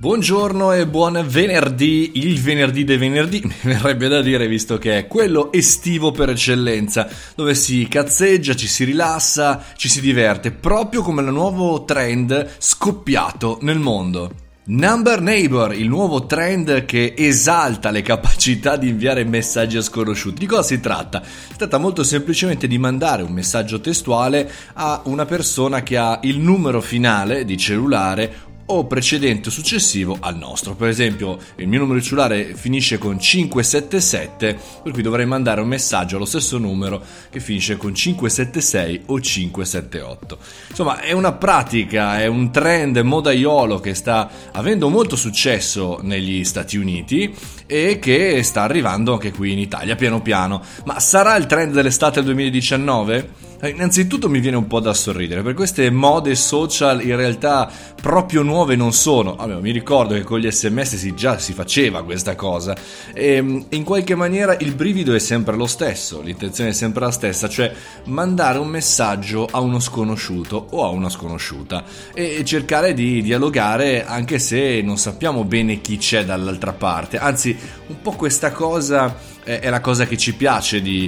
Buongiorno e buon venerdì, il venerdì dei venerdì, mi verrebbe da dire, visto che è quello estivo per eccellenza, dove si cazzeggia, ci si rilassa, ci si diverte, proprio come il nuovo trend scoppiato nel mondo. Number Neighbor, il nuovo trend che esalta le capacità di inviare messaggi a sconosciuti. Di cosa si tratta? Si tratta molto semplicemente di mandare un messaggio testuale a una persona che ha il numero finale di cellulare o precedente o successivo al nostro. Per esempio, il mio numero di cellulare finisce con 577, per cui dovrei mandare un messaggio allo stesso numero che finisce con 576 o 578. Insomma, è una pratica, è un trend modaiolo che sta avendo molto successo negli Stati Uniti e che sta arrivando anche qui in Italia piano piano. Ma sarà il trend dell'estate 2019? Innanzitutto mi viene un po' da sorridere, per queste mode social in realtà proprio nuove non sono. Allora, mi ricordo che con gli SMS già si faceva questa cosa e in qualche maniera il brivido è sempre lo stesso, l'intenzione è sempre la stessa, cioè mandare un messaggio a uno sconosciuto o a una sconosciuta e cercare di dialogare anche se non sappiamo bene chi c'è dall'altra parte. Anzi, un po' questa cosa è la cosa che ci piace di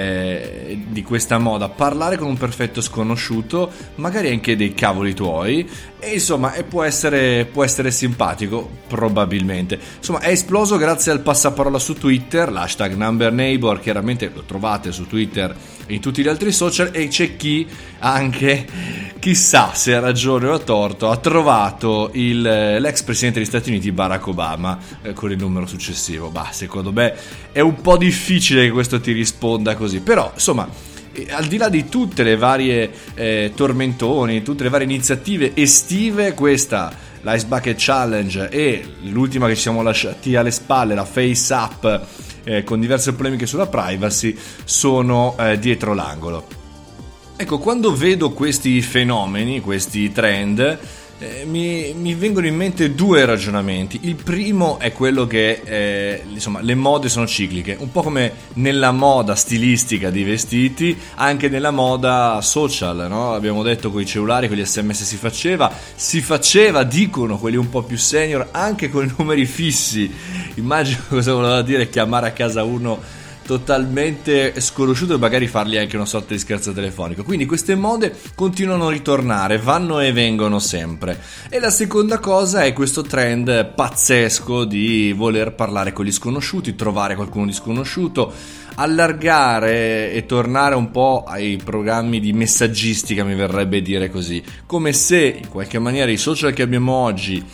questa moda, parlare con un perfetto sconosciuto, magari anche dei cavoli tuoi, e insomma può essere simpatico, probabilmente. Insomma, è esploso grazie al passaparola su Twitter, l'hashtag NumberNeighbor, chiaramente lo trovate su Twitter e in tutti gli altri social, e c'è chi anche, chissà se ha ragione o ha torto, ha trovato l'ex presidente degli Stati Uniti Barack Obama con il numero successivo. Secondo me è un po' difficile che questo ti risponda così, però insomma, al di là di tutte le varie tormentoni, tutte le varie iniziative estive, questa l'Ice Bucket Challenge e l'ultima che ci siamo lasciati alle spalle, la Face App, con diverse polemiche sulla privacy, sono dietro l'angolo. Ecco, quando vedo questi fenomeni, questi trend, mi vengono in mente due ragionamenti. Il primo è quello che insomma, le mode sono cicliche, un po' come nella moda stilistica dei vestiti, anche nella moda social, no? Abbiamo detto con i cellulari, con gli SMS si faceva, dicono quelli un po' più senior, anche con i numeri fissi. Immagino cosa voleva dire chiamare a casa uno totalmente sconosciuto e magari fargli anche una sorta di scherzo telefonico. Quindi queste mode continuano a ritornare, vanno e vengono sempre. E la seconda cosa è questo trend pazzesco di voler parlare con gli sconosciuti, trovare qualcuno di sconosciuto, allargare e tornare un po' ai programmi di messaggistica, mi verrebbe dire così, come se in qualche maniera i social che abbiamo oggi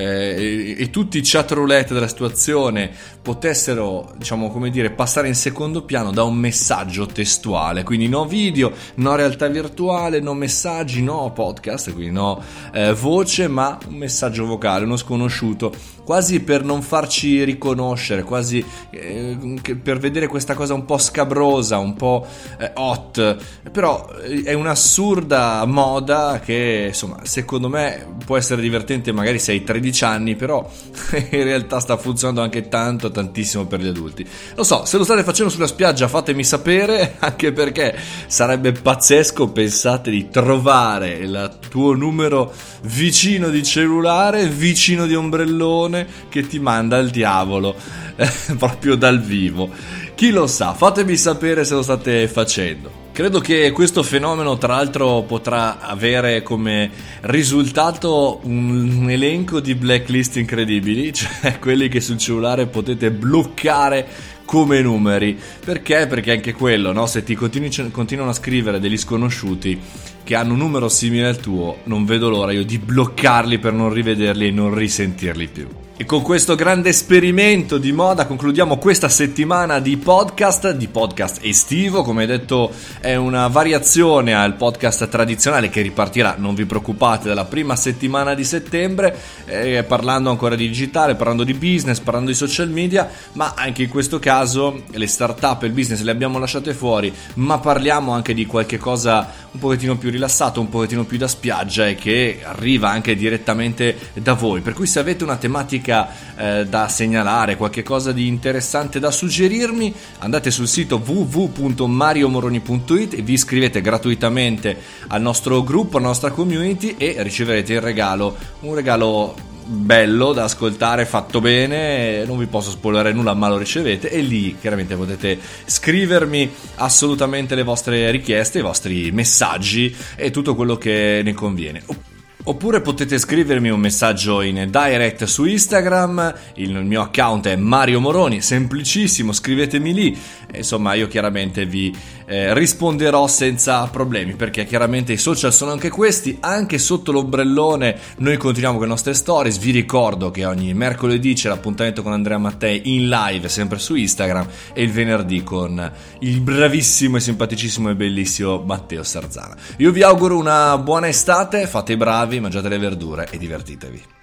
e tutti i chat roulette della situazione potessero, diciamo, come dire, passare in secondo piano da un messaggio testuale, quindi no video, no realtà virtuale, no messaggi, no podcast, quindi no voce, ma un messaggio vocale, uno sconosciuto, quasi per non farci riconoscere, quasi per vedere questa cosa un po' scabrosa, un po' hot. Però è un'assurda moda che, insomma, secondo me può essere divertente magari se hai 13 anni, però in realtà sta funzionando anche tantissimo per gli adulti. Lo so, se lo state facendo sulla spiaggia fatemi sapere, anche perché sarebbe pazzesco, pensate, di trovare il tuo numero vicino di cellulare, vicino di ombrellone, che ti manda al diavolo proprio dal vivo. Chi lo sa, fatemi sapere se lo state facendo. Credo che questo fenomeno, tra l'altro, potrà avere come risultato un elenco di blacklist incredibili, cioè quelli che sul cellulare potete bloccare come numeri. Perché? Perché anche quello, no? Se ti continuano a scrivere degli sconosciuti che hanno un numero simile al tuo, non vedo l'ora io di bloccarli per non rivederli e non risentirli più. E con questo grande esperimento di moda concludiamo questa settimana di podcast estivo. Come detto, è una variazione al podcast tradizionale che ripartirà, non vi preoccupate, dalla prima settimana di settembre, parlando ancora di digitale, parlando di business, parlando di social media, ma anche in questo caso le startup e il business le abbiamo lasciate fuori, ma parliamo anche di qualche cosa un pochettino più rilassato, un pochettino più da spiaggia e che arriva anche direttamente da voi. Per cui se avete una tematica da segnalare, qualche cosa di interessante da suggerirmi, andate sul sito www.mariomoroni.it e vi iscrivete gratuitamente al nostro gruppo, alla nostra community, e riceverete un regalo bello da ascoltare, fatto bene, non vi posso spoilerare nulla ma lo ricevete, e lì chiaramente potete scrivermi assolutamente le vostre richieste, i vostri messaggi e tutto quello che ne conviene. Oppure potete scrivermi un messaggio in direct su Instagram, il mio account è Mario Moroni, semplicissimo, scrivetemi lì, insomma io chiaramente vi risponderò senza problemi, perché chiaramente i social sono anche questi, anche sotto l'ombrellone noi continuiamo con le nostre stories. Vi ricordo che ogni mercoledì c'è l'appuntamento con Andrea Mattei in live sempre su Instagram, e il venerdì con il bravissimo e simpaticissimo e bellissimo Matteo Sarzana. Io vi auguro una buona estate, fate i bravi, mangiate le verdure e divertitevi.